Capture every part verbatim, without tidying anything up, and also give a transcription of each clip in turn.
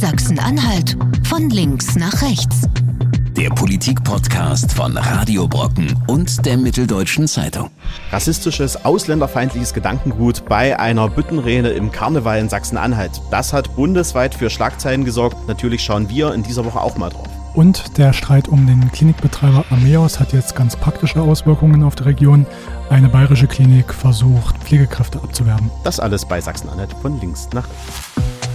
Sachsen-Anhalt von links nach rechts. Der Politik-Podcast von Radio Brocken und der Mitteldeutschen Zeitung. Rassistisches, ausländerfeindliches Gedankengut bei einer Büttenrede im Karneval in Sachsen-Anhalt. Das hat bundesweit für Schlagzeilen gesorgt. Natürlich schauen wir in dieser Woche auch mal drauf. Und der Streit um den Klinikbetreiber Ameos hat jetzt ganz praktische Auswirkungen auf die Region. Eine bayerische Klinik versucht, Pflegekräfte abzuwerben. Das alles bei Sachsen-Anhalt von links nach rechts.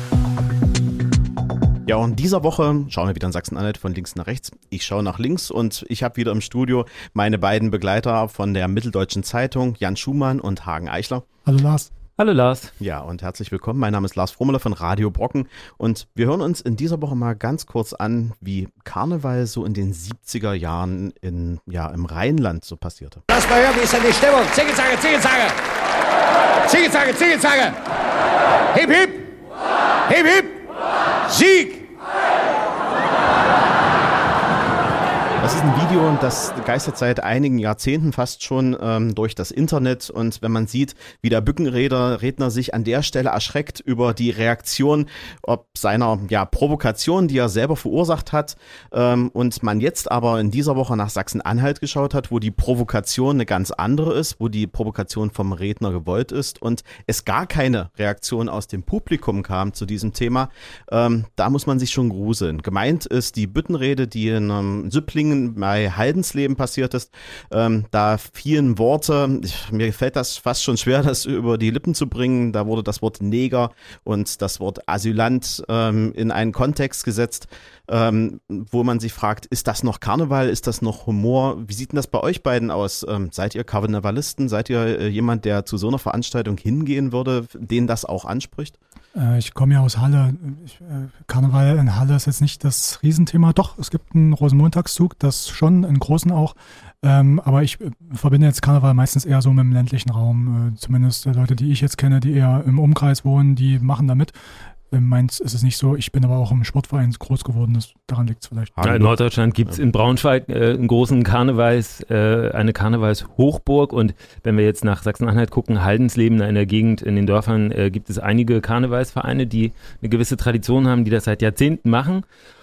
Ja, und in dieser Woche schauen wir wieder in Sachsen-Anhalt von links nach rechts. Ich schaue nach links und ich habe wieder im Studio meine beiden Begleiter von der Mitteldeutschen Zeitung, Jan Schumann und Hagen Eichler. Hallo Lars. Hallo Lars. Ja, und herzlich willkommen. Mein Name ist Lars Frommler von Radio Brocken und wir hören uns in dieser Woche mal ganz kurz an, wie Karneval so in den siebziger Jahren in, ja, im Rheinland so passierte. Lass mal hören, wie ist denn die Stimmung? Zingelzange, Zingelzange! Zingelzange, Zingelzange! Hip, hip! Hip, hip! Sieg! Das ist ein Video, das geistert seit einigen Jahrzehnten fast schon ähm, durch das Internet, und wenn man sieht, wie der Büttenredner Redner sich an der Stelle erschreckt über die Reaktion ob seiner ja, Provokation, die er selber verursacht hat, ähm, und man jetzt aber in dieser Woche nach Sachsen-Anhalt geschaut hat, wo die Provokation eine ganz andere ist, wo die Provokation vom Redner gewollt ist und es gar keine Reaktion aus dem Publikum kam zu diesem Thema, ähm, da muss man sich schon gruseln. Gemeint ist die Büttenrede, die in ähm, Süpplingen bei Haldensleben passiert ist. Ähm, da fielen Worte, ich, mir fällt das fast schon schwer, das über die Lippen zu bringen. Da wurde das Wort Neger und das Wort Asylant ähm, in einen Kontext gesetzt, ähm, wo man sich fragt, ist das noch Karneval, ist das noch Humor? Wie sieht denn das bei euch beiden aus? Ähm, seid ihr Karnevalisten? Seid ihr äh, jemand, der zu so einer Veranstaltung hingehen würde, den das auch anspricht? Äh, ich komme ja aus Halle. Ich, äh, Karneval in Halle ist jetzt nicht das Riesenthema. Doch, es gibt einen Rosenmontagszug, das schon, einen großen auch. Ähm, aber ich äh, verbinde jetzt Karneval meistens eher so mit dem ländlichen Raum. Äh, zumindest äh, Leute, die ich jetzt kenne, die eher im Umkreis wohnen, die machen da mit. Äh, meins ist es nicht so. Ich bin aber auch im Sportverein groß geworden. Das, daran liegt es vielleicht. Ja, in Norddeutschland gibt es in Braunschweig äh, einen großen Karnevals, äh, eine Karnevalshochburg. Und wenn wir jetzt nach Sachsen-Anhalt gucken, Haldensleben in der Gegend, in den Dörfern, äh, gibt es einige Karnevalsvereine, die eine gewisse Tradition haben, die das seit Jahrzehnten machen.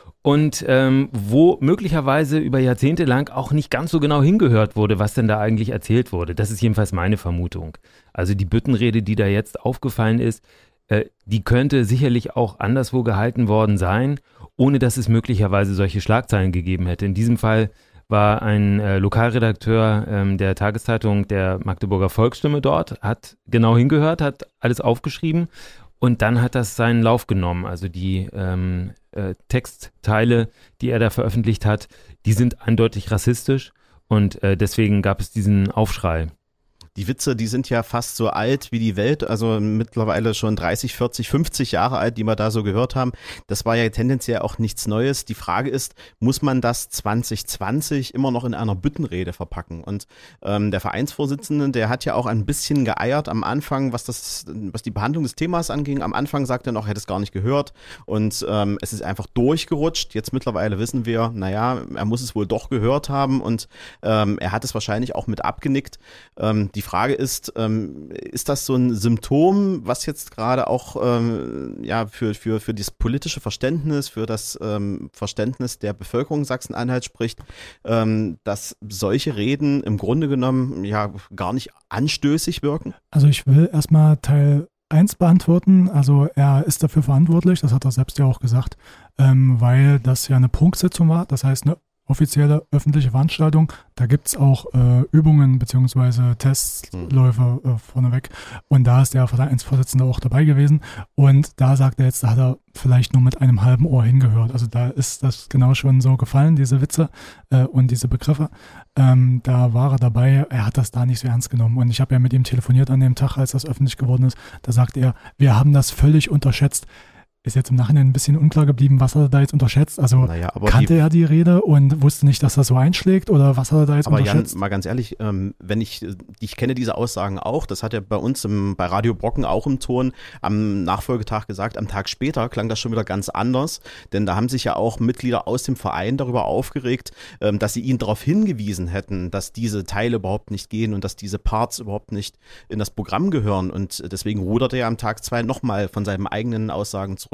Und ähm, wo möglicherweise über Jahrzehnte lang auch nicht ganz so genau hingehört wurde, was denn da eigentlich erzählt wurde. Das ist jedenfalls meine Vermutung. Also die Büttenrede, die da jetzt aufgefallen ist, äh, die könnte sicherlich auch anderswo gehalten worden sein, ohne dass es möglicherweise solche Schlagzeilen gegeben hätte. In diesem Fall war ein äh, Lokalredakteur ähm, der Tageszeitung der Magdeburger Volksstimme dort, hat genau hingehört, hat alles aufgeschrieben. Und dann hat das seinen Lauf genommen. Also die ähm, äh, Textteile, die er da veröffentlicht hat, die sind eindeutig rassistisch und äh, deswegen gab es diesen Aufschrei. Die Witze, die sind ja fast so alt wie die Welt, also mittlerweile schon dreißig, vierzig, fünfzig Jahre alt, die wir da so gehört haben. Das war ja tendenziell auch nichts Neues. Die Frage ist, muss man das zwanzig zwanzig immer noch in einer Büttenrede verpacken? Und ähm, der Vereinsvorsitzende, der hat ja auch ein bisschen geeiert am Anfang, was das, was die Behandlung des Themas anging. Am Anfang sagte er noch, er hätte es gar nicht gehört und ähm, es ist einfach durchgerutscht. Jetzt mittlerweile wissen wir, naja, er muss es wohl doch gehört haben und ähm, er hat es wahrscheinlich auch mit abgenickt. Ähm, die Die Frage ist, ähm, ist das so ein Symptom, was jetzt gerade auch ähm, ja, für, für, für das politische Verständnis, für das ähm, Verständnis der Bevölkerung Sachsen-Anhalt spricht, ähm, dass solche Reden im Grunde genommen ja gar nicht anstößig wirken? Also ich will erstmal Teil eins beantworten. Also er ist dafür verantwortlich, das hat er selbst ja auch gesagt, ähm, weil das ja eine Prunksitzung war, das heißt eine offizielle öffentliche Veranstaltung. Da gibt es auch äh, Übungen bzw. Testläufe äh, vorneweg. Und da ist der Vereinsvorsitzende auch dabei gewesen. Und da sagt er jetzt, da hat er vielleicht nur mit einem halben Ohr hingehört. Also da ist das genau schon so gefallen, diese Witze äh, und diese Begriffe. Ähm, da war er dabei. Er hat das da nicht so ernst genommen. Und ich habe ja mit ihm telefoniert an dem Tag, als das öffentlich geworden ist. Da sagte er, wir haben das völlig unterschätzt. Ist jetzt im Nachhinein ein bisschen unklar geblieben, was er da jetzt unterschätzt. Also naja, kannte die, er die Rede und wusste nicht, dass das so einschlägt oder was hat er da jetzt aber unterschätzt? Jan, mal ganz ehrlich, ähm, wenn ich, ich kenne diese Aussagen auch, das hat er bei uns im, bei Radio Brocken auch im Ton am Nachfolgetag gesagt, am Tag später klang das schon wieder ganz anders, denn da haben sich ja auch Mitglieder aus dem Verein darüber aufgeregt, ähm, dass sie ihn darauf hingewiesen hätten, dass diese Teile überhaupt nicht gehen und dass diese Parts überhaupt nicht in das Programm gehören und deswegen rudert er am Tag zwei nochmal von seinen eigenen Aussagen zurück.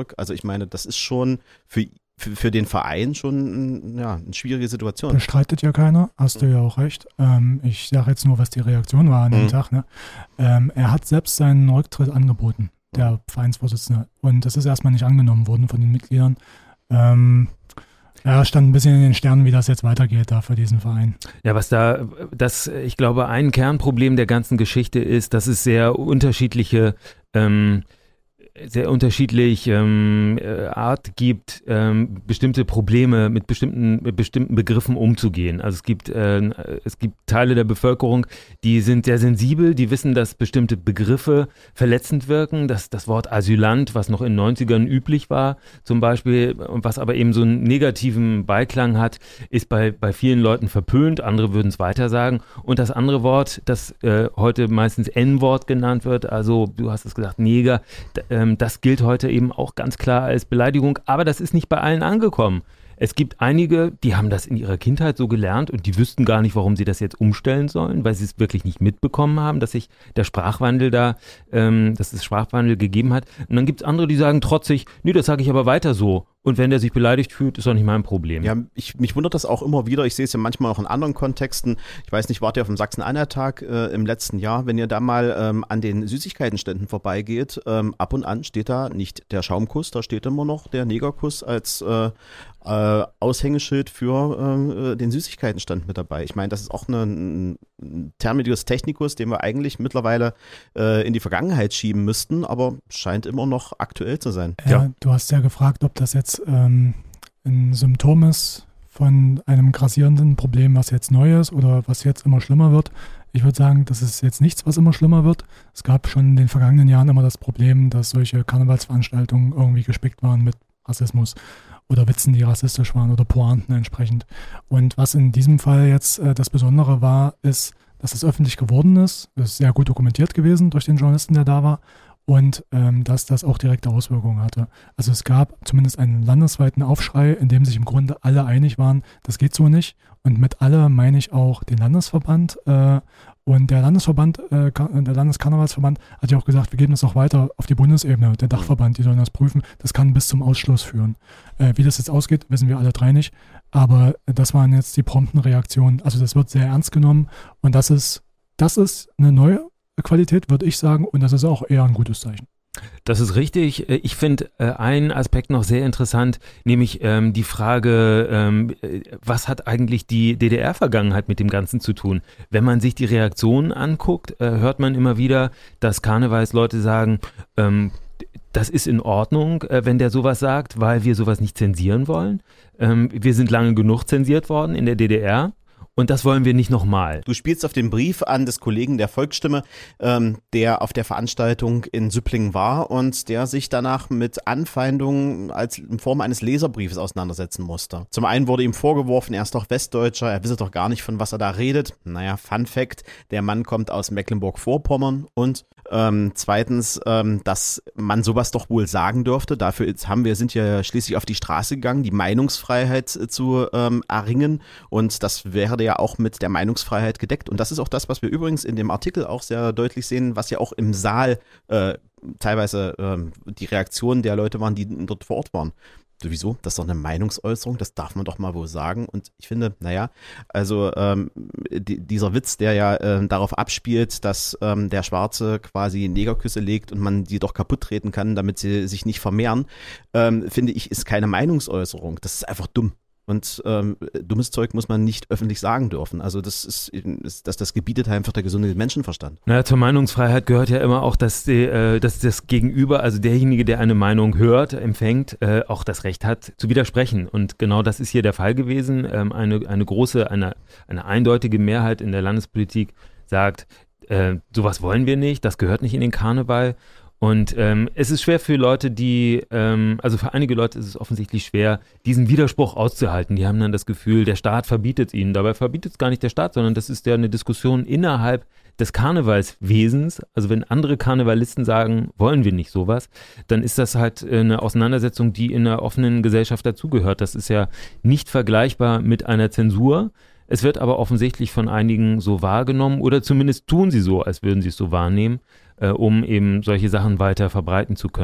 zurück. Also ich meine, das ist schon für Für, für den Verein schon ja, eine schwierige Situation. Bestreitet ja keiner, hast du ja auch recht. Ähm, ich sage jetzt nur, was die Reaktion war an dem mhm. Tag. Ne? Ähm, er hat selbst seinen Rücktritt angeboten, der Vereinsvorsitzende. Und das ist erstmal nicht angenommen worden von den Mitgliedern. Ähm, ja, stand ein bisschen in den Sternen, wie das jetzt weitergeht da für diesen Verein. Ja, was da, das, ich glaube, ein Kernproblem der ganzen Geschichte ist, dass es sehr unterschiedliche ähm, sehr unterschiedlich ähm, Art gibt, ähm, bestimmte Probleme mit bestimmten, mit bestimmten Begriffen umzugehen. Also es gibt, äh, es gibt Teile der Bevölkerung, die sind sehr sensibel, die wissen, dass bestimmte Begriffe verletzend wirken. Das, das Wort Asylant, was noch in den neunzigern üblich war zum Beispiel, was aber eben so einen negativen Beiklang hat, ist bei, bei vielen Leuten verpönt, andere würden es weiter sagen. Und das andere Wort, das äh, heute meistens N-Wort genannt wird, also du hast es gesagt, Neger, äh, das gilt heute eben auch ganz klar als Beleidigung, aber das ist nicht bei allen angekommen. Es gibt einige, die haben das in ihrer Kindheit so gelernt und die wüssten gar nicht, warum sie das jetzt umstellen sollen, weil sie es wirklich nicht mitbekommen haben, dass sich der Sprachwandel da, ähm, dass es Sprachwandel gegeben hat. Und dann gibt es andere, die sagen trotzig, nee, das sage ich aber weiter so. Und wenn der sich beleidigt fühlt, ist doch nicht mein Problem. Ja, ich, mich wundert das auch immer wieder. Ich sehe es ja manchmal auch in anderen Kontexten. Ich weiß nicht, wart ihr auf dem Sachsen-Anhalt-Tag äh, im letzten Jahr? Wenn ihr da mal ähm, an den Süßigkeitenständen vorbeigeht, ähm, ab und an steht da nicht der Schaumkuss, da steht immer noch der Negerkuss als äh, äh, Aushängeschild für äh, den Süßigkeitenstand mit dabei. Ich meine, das ist auch eine, ein Terminus technicus, den wir eigentlich mittlerweile äh, in die Vergangenheit schieben müssten, aber scheint immer noch aktuell zu sein. Ja, ja. Du hast ja gefragt, ob das jetzt ähm, ein Symptom ist von einem grassierenden Problem, was jetzt neu ist oder was jetzt immer schlimmer wird. Ich würde sagen, das ist jetzt nichts, was immer schlimmer wird. Es gab schon in den vergangenen Jahren immer das Problem, dass solche Karnevalsveranstaltungen irgendwie gespickt waren mit Rassismus oder Witzen, die rassistisch waren oder Pointen entsprechend. Und was in diesem Fall jetzt äh, das Besondere war, ist, dass es öffentlich geworden ist. Das ist sehr gut dokumentiert gewesen durch den Journalisten, der da war. Und ähm, dass das auch direkte Auswirkungen hatte. Also es gab zumindest einen landesweiten Aufschrei, in dem sich im Grunde alle einig waren, das geht so nicht. Und mit alle meine ich auch den Landesverband. Äh, und der Landesverband, äh, der Landeskarnevalsverband hat ja auch gesagt, wir geben das auch weiter auf die Bundesebene. Der Dachverband, die sollen das prüfen. Das kann bis zum Ausschluss führen. Äh, wie das jetzt ausgeht, wissen wir alle drei nicht. Aber das waren jetzt die prompten Reaktionen. Also das wird sehr ernst genommen. Und das ist, das ist eine neue Qualität, würde ich sagen, und das ist auch eher ein gutes Zeichen. Das ist richtig. Ich finde äh, einen Aspekt noch sehr interessant, nämlich ähm, die Frage, ähm, was hat eigentlich die D D R-Vergangenheit mit dem Ganzen zu tun? Wenn man sich die Reaktionen anguckt, äh, hört man immer wieder, dass Karnevalsleute sagen, ähm, das ist in Ordnung, äh, wenn der sowas sagt, weil wir sowas nicht zensieren wollen. Ähm, wir sind lange genug zensiert worden in der D D R. Und das wollen wir nicht nochmal. Du spielst auf den Brief an des Kollegen der Volksstimme, ähm, der auf der Veranstaltung in Süpplingen war und der sich danach mit Anfeindungen als in Form eines Leserbriefes auseinandersetzen musste. Zum einen wurde ihm vorgeworfen, er ist doch Westdeutscher, er wisse doch gar nicht, von was er da redet. Naja, Fun Fact, der Mann kommt aus Mecklenburg-Vorpommern und ähm, zweitens, ähm, dass man sowas doch wohl sagen dürfte. Dafür ist, haben wir, sind ja schließlich auf die Straße gegangen, die Meinungsfreiheit äh, zu ähm, erringen und das wäre ja auch mit der Meinungsfreiheit gedeckt. Und das ist auch das, was wir übrigens in dem Artikel auch sehr deutlich sehen, was ja auch im Saal äh, teilweise äh, die Reaktionen der Leute waren, die dort vor Ort waren. Sowieso, das ist doch eine Meinungsäußerung, das darf man doch mal wohl sagen. Und ich finde, naja, also ähm, die, dieser Witz, der ja äh, darauf abspielt, dass ähm, der Schwarze quasi Negerküsse legt und man die doch kaputt treten kann, damit sie sich nicht vermehren, ähm, finde ich, ist keine Meinungsäußerung. Das ist einfach dumm. Und ähm, dummes Zeug muss man nicht öffentlich sagen dürfen. Also das ist, ist das, das gebietet einfach der gesunde Menschenverstand. Naja, zur Meinungsfreiheit gehört ja immer auch, dass, die, äh, dass das Gegenüber, also derjenige, der eine Meinung hört, empfängt, äh, auch das Recht hat, zu widersprechen. Und genau das ist hier der Fall gewesen. Ähm, eine, eine große, eine, eine eindeutige Mehrheit in der Landespolitik sagt, äh, sowas wollen wir nicht, das gehört nicht in den Karneval. Und ähm, es ist schwer für Leute, die, ähm, also für einige Leute ist es offensichtlich schwer, diesen Widerspruch auszuhalten. Die haben dann das Gefühl, der Staat verbietet ihnen. Dabei verbietet es gar nicht der Staat, sondern das ist ja eine Diskussion innerhalb des Karnevalswesens. Also wenn andere Karnevalisten sagen, wollen wir nicht sowas, dann ist das halt eine Auseinandersetzung, die in einer offenen Gesellschaft dazugehört. Das ist ja nicht vergleichbar mit einer Zensur. Es wird aber offensichtlich von einigen so wahrgenommen oder zumindest tun sie so, als würden sie es so wahrnehmen, äh, um eben solche Sachen weiter verbreiten zu können.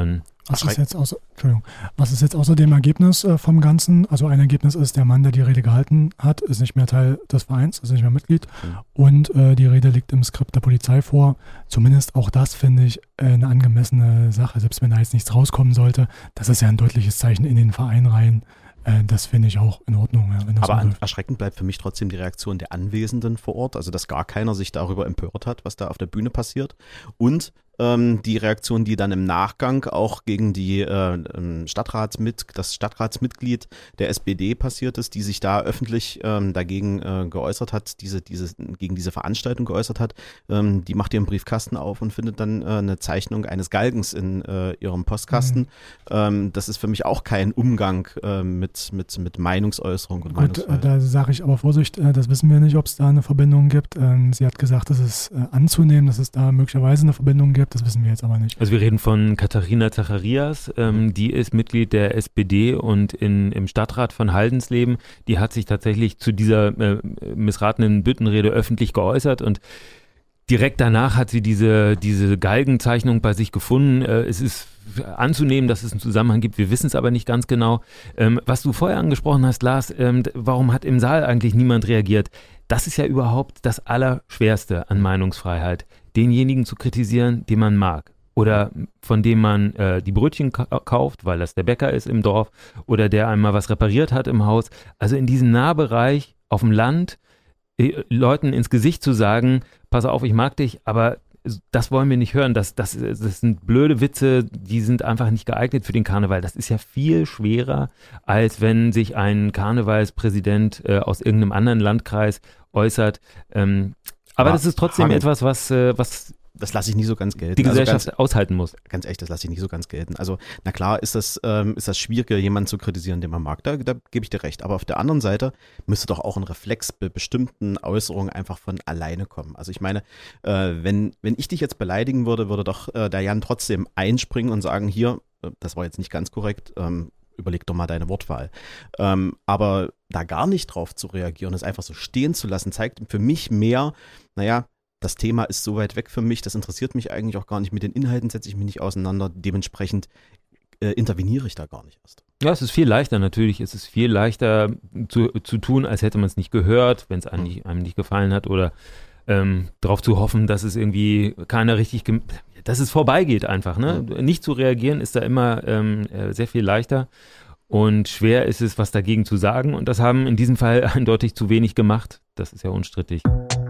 Was ist jetzt außer, Entschuldigung, was ist jetzt außerdem Ergebnis äh, vom Ganzen? Also ein Ergebnis ist, der Mann, der die Rede gehalten hat, ist nicht mehr Teil des Vereins, ist nicht mehr Mitglied mhm. und äh, die Rede liegt im Skript der Polizei vor. Zumindest auch das finde ich äh, eine angemessene Sache, selbst wenn da jetzt nichts rauskommen sollte. Das ist ja ein deutliches Zeichen in den Verein rein. Äh, das finde ich auch in Ordnung. Ja, wenn das Aber so an, erschreckend bleibt für mich trotzdem die Reaktion der Anwesenden vor Ort, also dass gar keiner sich darüber empört hat, was da auf der Bühne passiert und ähm, die Reaktion, die dann im Nachgang auch gegen die äh, Stadtratsmit, das Stadtratsmitglied der S P D passiert ist, die sich da öffentlich ähm, dagegen äh, geäußert hat, diese, diese, gegen diese Veranstaltung geäußert hat, ähm, die macht ihren Briefkasten auf und findet dann äh, eine Zeichnung eines Galgens in äh, ihrem Postkasten. Mhm. Ähm, das ist für mich auch kein Umgang äh, mit, mit, mit Meinungsäußerung und Gut, Meinungsfreiheit. Da sage ich aber Vorsicht, äh, das wissen wir nicht, ob es da eine Verbindung gibt. Ähm, sie hat gesagt, es ist äh, anzunehmen, dass es da möglicherweise eine Verbindung gibt. Das wissen wir jetzt aber nicht. Also wir reden von Katharina Zacharias, ähm, die ist Mitglied der S P D und in, im Stadtrat von Haldensleben. Die hat sich tatsächlich zu dieser äh, missratenen Büttenrede öffentlich geäußert und direkt danach hat sie diese, diese Galgenzeichnung bei sich gefunden. Äh, es ist anzunehmen, dass es einen Zusammenhang gibt. Wir wissen es aber nicht ganz genau. Ähm, was du vorher angesprochen hast, Lars, ähm, warum hat im Saal eigentlich niemand reagiert? Das ist ja überhaupt das Allerschwerste an Meinungsfreiheit. Denjenigen zu kritisieren, den man mag oder von dem man äh, die Brötchen ka- kauft, weil das der Bäcker ist im Dorf oder der einmal was repariert hat im Haus. Also in diesem Nahbereich auf dem Land äh, Leuten ins Gesicht zu sagen, pass auf, ich mag dich, aber das wollen wir nicht hören. Das, das, das sind blöde Witze, die sind einfach nicht geeignet für den Karneval. Das ist ja viel schwerer, als wenn sich ein Karnevalspräsident äh, aus irgendeinem anderen Landkreis äußert. Ähm, Aber, aber das ist trotzdem Hagen, etwas, was, äh, was das lasse ich nie so ganz gelten. Die Gesellschaft also ganz, aushalten muss. Ganz ehrlich, das lasse ich nicht so ganz gelten. Also na klar ist das, ähm, ist das schwieriger, jemanden zu kritisieren, den man mag. Da, da gebe ich dir recht. Aber auf der anderen Seite müsste doch auch ein Reflex bei bestimmten Äußerungen einfach von alleine kommen. Also ich meine, äh, wenn, wenn ich dich jetzt beleidigen würde, würde doch äh, der Jan trotzdem einspringen und sagen, hier, äh, das war jetzt nicht ganz korrekt, ähm, überleg doch mal deine Wortwahl. Ähm, aber da gar nicht drauf zu reagieren, es einfach so stehen zu lassen, zeigt für mich mehr, naja, das Thema ist so weit weg für mich, das interessiert mich eigentlich auch gar nicht, mit den Inhalten setze ich mich nicht auseinander, dementsprechend äh, interveniere ich da gar nicht erst. Ja, es ist viel leichter natürlich, es ist viel leichter zu, zu tun, als hätte man es nicht gehört, wenn es einem, Mhm. nicht- einem nicht gefallen hat oder ähm, darauf zu hoffen, dass es irgendwie keiner richtig, gem- dass es vorbeigeht einfach. Ne? Nicht zu reagieren ist da immer ähm, äh, sehr viel leichter und schwer ist es, was dagegen zu sagen und das haben in diesem Fall eindeutig zu wenig gemacht, das ist ja unstrittig.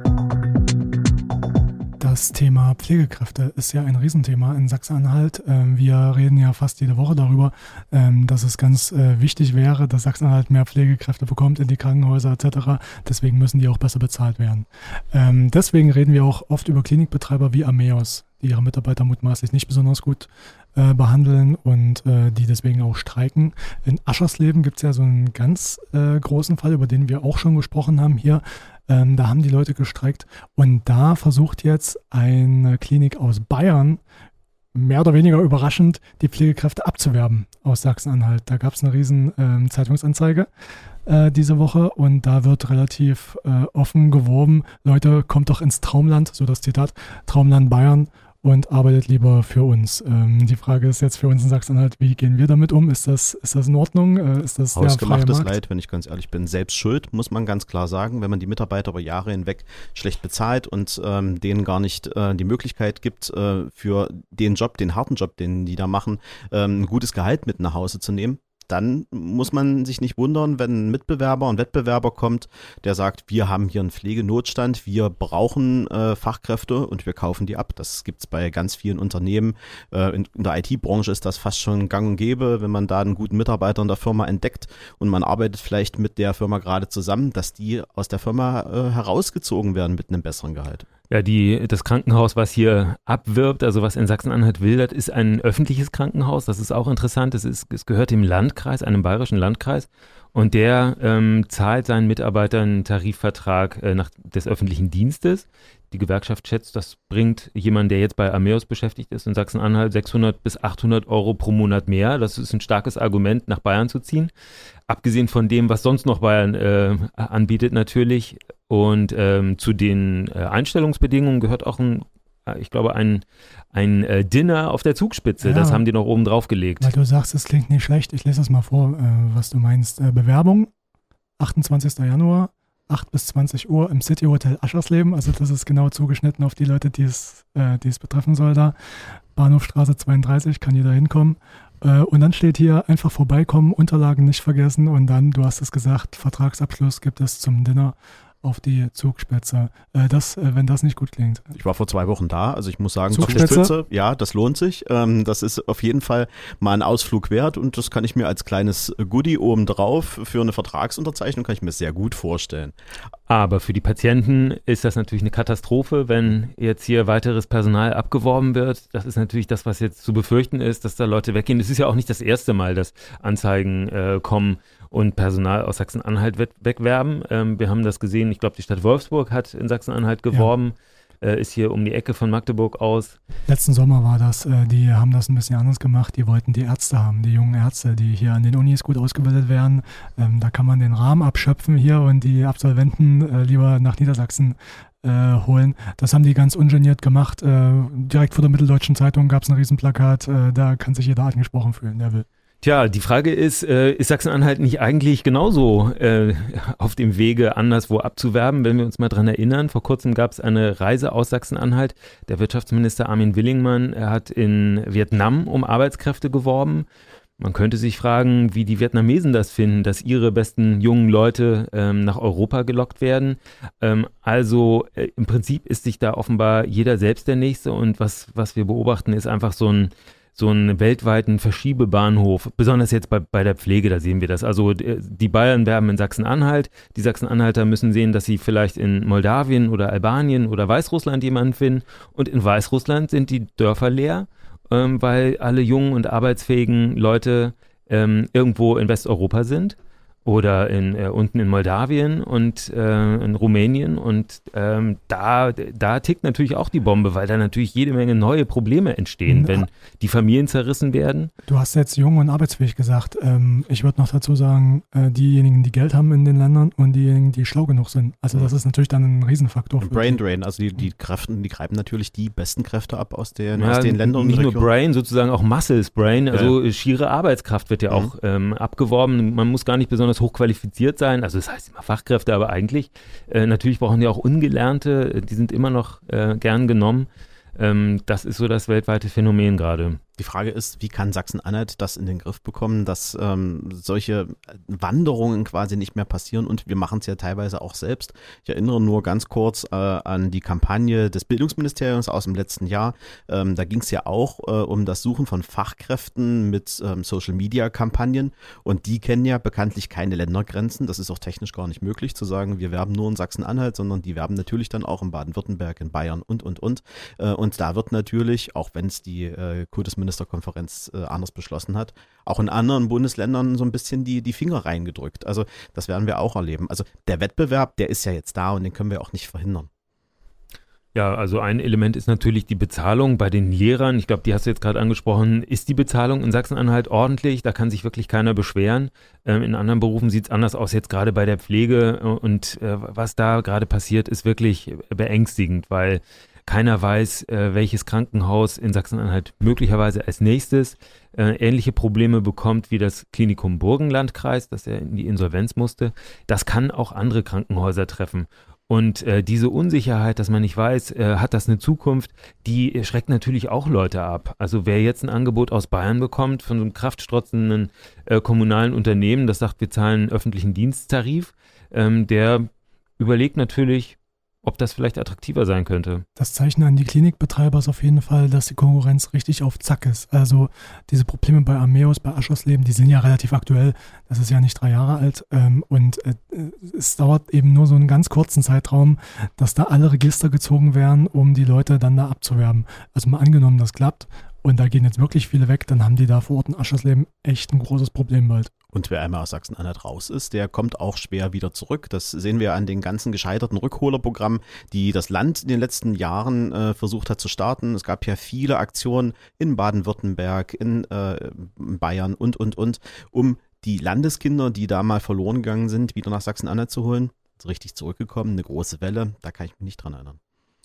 Das Thema Pflegekräfte ist ja ein Riesenthema in Sachsen-Anhalt. Ähm, wir reden ja fast jede Woche darüber, ähm, dass es ganz äh, wichtig wäre, dass Sachsen-Anhalt mehr Pflegekräfte bekommt in die Krankenhäuser et cetera. Deswegen müssen die auch besser bezahlt werden. Ähm, deswegen reden wir auch oft über Klinikbetreiber wie Ameos, die ihre Mitarbeiter mutmaßlich nicht besonders gut äh, behandeln und äh, die deswegen auch streiken. In Aschersleben gibt es ja so einen ganz äh, großen Fall, über den wir auch schon gesprochen haben hier. Ähm, da haben die Leute gestreikt und da versucht jetzt eine Klinik aus Bayern mehr oder weniger überraschend die Pflegekräfte abzuwerben aus Sachsen-Anhalt. Da gab es eine riesen ähm, Zeitungsanzeige äh, diese Woche und da wird relativ äh, offen geworben, Leute, kommt doch ins Traumland, so das Zitat, Traumland Bayern und arbeitet lieber für uns. Ähm, die Frage ist jetzt für uns in Sachsen-Anhalt, wie gehen wir damit um? Ist das, ist das in Ordnung? Äh, ist das Hausgemachtes der freie Markt? Leid, wenn ich ganz ehrlich bin, selbst schuld, muss man ganz klar sagen, wenn man die Mitarbeiter über Jahre hinweg schlecht bezahlt und ähm, denen gar nicht äh, die Möglichkeit gibt, äh, für den Job, den harten Job, den die da machen, ähm, ein gutes Gehalt mit nach Hause zu nehmen. Dann muss man sich nicht wundern, wenn ein Mitbewerber, ein Wettbewerber kommt, der sagt, wir haben hier einen Pflegenotstand, wir brauchen äh, Fachkräfte und wir kaufen die ab. Das gibt's bei ganz vielen Unternehmen. Äh, in, in der I T-Branche ist das fast schon gang und gäbe, wenn man da einen guten Mitarbeiter in der Firma entdeckt und man arbeitet vielleicht mit der Firma gerade zusammen, dass die aus der Firma äh, herausgezogen werden mit einem besseren Gehalt. Ja, die, das Krankenhaus, was hier abwirbt, also was in Sachsen-Anhalt wildert, ist ein öffentliches Krankenhaus. Das ist auch interessant. Es, ist, es gehört dem Landkreis, einem bayerischen Landkreis. Und der ähm, zahlt seinen Mitarbeitern einen Tarifvertrag äh, nach des öffentlichen Dienstes. Die Gewerkschaft schätzt, das bringt jemand, der jetzt bei Ameos beschäftigt ist, in Sachsen-Anhalt sechshundert bis achthundert Euro pro Monat mehr. Das ist ein starkes Argument, nach Bayern zu ziehen. Abgesehen von dem, was sonst noch Bayern äh, anbietet natürlich. Und ähm, zu den äh, Einstellungsbedingungen gehört auch ein ich glaube, ein, ein äh, Dinner auf der Zugspitze. Ja, das haben die noch oben drauf gelegt. Weil du sagst, es klingt nicht schlecht. Ich lese das mal vor, äh, was du meinst. Äh, Bewerbung, achtundzwanzigster Januar, acht bis zwanzig Uhr im City Hotel Aschersleben. Also das ist genau zugeschnitten auf die Leute, die es, äh, die es betreffen soll da. Bahnhofstraße zweiunddreißig, kann jeder hinkommen. Äh, und dann steht hier einfach vorbeikommen, Unterlagen nicht vergessen und dann, du hast es gesagt, Vertragsabschluss gibt es zum Dinner auf die Zugspitze. Äh, das, äh, wenn das nicht gut klingt. Ich war vor zwei Wochen da, also ich muss sagen, Zugspitze, Zugspitze, ja, das lohnt sich. Ähm, das ist auf jeden Fall mal ein Ausflug wert und das kann ich mir als kleines Goodie obendrauf für eine Vertragsunterzeichnung, kann ich mir sehr gut vorstellen. Aber für die Patienten ist das natürlich eine Katastrophe, wenn jetzt hier weiteres Personal abgeworben wird. Das ist natürlich das, was jetzt zu befürchten ist, dass da Leute weggehen. Es ist ja auch nicht das erste Mal, dass Anzeigen äh, kommen und Personal aus Sachsen-Anhalt wegwerben. Ähm, wir haben das gesehen, ich glaube, die Stadt Wolfsburg hat in Sachsen-Anhalt geworben, ja. äh, ist hier um die Ecke von Magdeburg aus. Letzten Sommer war das, äh, die haben das ein bisschen anders gemacht, die wollten die Ärzte haben, die jungen Ärzte, die hier an den Unis gut ausgebildet werden. Ähm, da kann man den Rahmen abschöpfen hier und die Absolventen äh, lieber nach Niedersachsen äh, holen. Das haben die ganz ungeniert gemacht. Äh, direkt vor der Mitteldeutschen Zeitung gab es ein Riesenplakat, äh, da kann sich jeder angesprochen fühlen, der will. Tja, die Frage ist, äh, ist Sachsen-Anhalt nicht eigentlich genauso äh, auf dem Wege, anderswo abzuwerben? Wenn wir uns mal dran erinnern, vor kurzem gab es eine Reise aus Sachsen-Anhalt. Der Wirtschaftsminister Armin Willingmann, er hat in Vietnam um Arbeitskräfte geworben. Man könnte sich fragen, wie die Vietnamesen das finden, dass ihre besten jungen Leute ähm, nach Europa gelockt werden. Ähm, also äh, im Prinzip ist sich da offenbar jeder selbst der Nächste und was, was wir beobachten, ist einfach so ein so einen weltweiten Verschiebebahnhof, besonders jetzt bei, bei der Pflege, da sehen wir das. Also die Bayern werben in Sachsen-Anhalt, die Sachsen-Anhalter müssen sehen, dass sie vielleicht in Moldawien oder Albanien oder Weißrussland jemanden finden und in Weißrussland sind die Dörfer leer, ähm, weil alle jungen und arbeitsfähigen Leute ähm, irgendwo in Westeuropa sind. Oder in, äh, unten in Moldawien und äh, in Rumänien und ähm, da, da tickt natürlich auch die Bombe, weil da natürlich jede Menge neue Probleme entstehen, ja. Wenn die Familien zerrissen werden. Du hast jetzt jung und arbeitsfähig gesagt. Ähm, ich würde noch dazu sagen, äh, diejenigen, die Geld haben in den Ländern und diejenigen, die schlau genug sind. Also das ist natürlich dann ein Riesenfaktor. Für Brain Drain, also die, die Kräfte, die greifen natürlich die besten Kräfte ab aus, der, ja, aus den Ländern. Nicht nur Brain, sozusagen auch Muscles Brain, also ja. Schiere Arbeitskraft wird ja mhm. auch ähm, abgeworben. Man muss gar nicht besonders hochqualifiziert sein, also das heißt immer Fachkräfte, aber eigentlich äh, natürlich brauchen die auch Ungelernte, die sind immer noch äh, gern genommen. Ähm, das ist so das weltweite Phänomen gerade. Die Frage ist, wie kann Sachsen-Anhalt das in den Griff bekommen, dass ähm, solche Wanderungen quasi nicht mehr passieren und wir machen es ja teilweise auch selbst. Ich erinnere nur ganz kurz äh, an die Kampagne des Bildungsministeriums aus dem letzten Jahr. Ähm, da ging es ja auch äh, um das Suchen von Fachkräften mit ähm, Social-Media-Kampagnen und die kennen ja bekanntlich keine Ländergrenzen. Das ist auch technisch gar nicht möglich zu sagen, wir werben nur in Sachsen-Anhalt, sondern die werben natürlich dann auch in Baden-Württemberg, in Bayern und, und, und. Äh, und da wird natürlich, auch wenn es die äh, Kultusministerin Ministerkonferenz äh, anders beschlossen hat, auch in anderen Bundesländern so ein bisschen die, die Finger reingedrückt. Also das werden wir auch erleben. Also der Wettbewerb, der ist ja jetzt da und den können wir auch nicht verhindern. Ja, also ein Element ist natürlich die Bezahlung bei den Lehrern. Ich glaube, die hast du jetzt gerade angesprochen. Ist die Bezahlung in Sachsen-Anhalt ordentlich? Da kann sich wirklich keiner beschweren. Ähm, in anderen Berufen sieht es anders aus, jetzt gerade bei der Pflege. Und äh, was da gerade passiert, ist wirklich beängstigend, weil keiner weiß, äh, welches Krankenhaus in Sachsen-Anhalt möglicherweise als nächstes äh, ähnliche Probleme bekommt wie das Klinikum Burgenlandkreis, das ja in die Insolvenz musste. Das kann auch andere Krankenhäuser treffen. Und äh, diese Unsicherheit, dass man nicht weiß, äh, hat das eine Zukunft, die schreckt natürlich auch Leute ab. Also wer jetzt ein Angebot aus Bayern bekommt von so einem kraftstrotzenden äh, kommunalen Unternehmen, das sagt, wir zahlen einen öffentlichen Diensttarif, ähm, der überlegt natürlich, ob das vielleicht attraktiver sein könnte. Das Zeichen an die Klinikbetreiber ist auf jeden Fall, dass die Konkurrenz richtig auf Zack ist. Also diese Probleme bei Ameos, bei Aschersleben, die sind ja relativ aktuell. Das ist ja nicht drei Jahre alt. Ähm, und äh, es dauert eben nur so einen ganz kurzen Zeitraum, dass da alle Register gezogen werden, um die Leute dann da abzuwerben. Also mal angenommen, das klappt und da gehen jetzt wirklich viele weg, dann haben die da vor Ort in Aschersleben echt ein großes Problem bald. Und wer einmal aus Sachsen-Anhalt raus ist, der kommt auch schwer wieder zurück. Das sehen wir an den ganzen gescheiterten Rückholerprogrammen, die das Land in den letzten Jahren äh, versucht hat zu starten. Es gab ja viele Aktionen in Baden-Württemberg, in äh, Bayern und, und, und, um die Landeskinder, die da mal verloren gegangen sind, wieder nach Sachsen-Anhalt zu holen. So richtig zurückgekommen, eine große Welle, da kann ich mich nicht dran erinnern.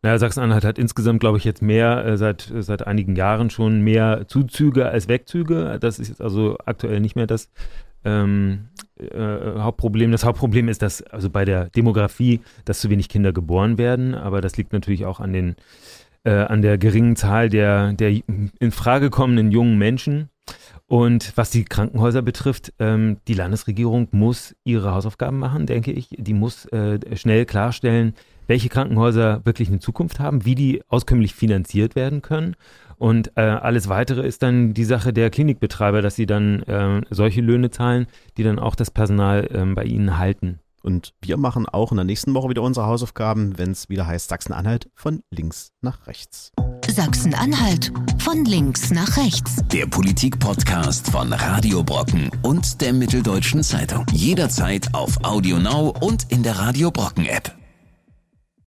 Naja, Sachsen-Anhalt hat insgesamt, glaube ich, jetzt mehr, äh, seit, seit einigen Jahren schon mehr Zuzüge als Wegzüge. Das ist jetzt also aktuell nicht mehr das ähm, äh, Hauptproblem. Das Hauptproblem ist, dass also bei der Demografie, dass zu wenig Kinder geboren werden. Aber das liegt natürlich auch an den äh, an der geringen Zahl der, der in Frage kommenden jungen Menschen. Und was die Krankenhäuser betrifft, ähm, die Landesregierung muss ihre Hausaufgaben machen, denke ich. Die muss äh, schnell klarstellen, welche Krankenhäuser wirklich eine Zukunft haben, wie die auskömmlich finanziert werden können. Und äh, alles Weitere ist dann die Sache der Klinikbetreiber, dass sie dann äh, solche Löhne zahlen, die dann auch das Personal äh, bei ihnen halten. Und wir machen auch in der nächsten Woche wieder unsere Hausaufgaben, wenn es wieder heißt Sachsen-Anhalt von links nach rechts. Sachsen-Anhalt von links nach rechts. Der Politik-Podcast von Radio Brocken und der Mitteldeutschen Zeitung. Jederzeit auf Audio Now und in der Radio Brocken App.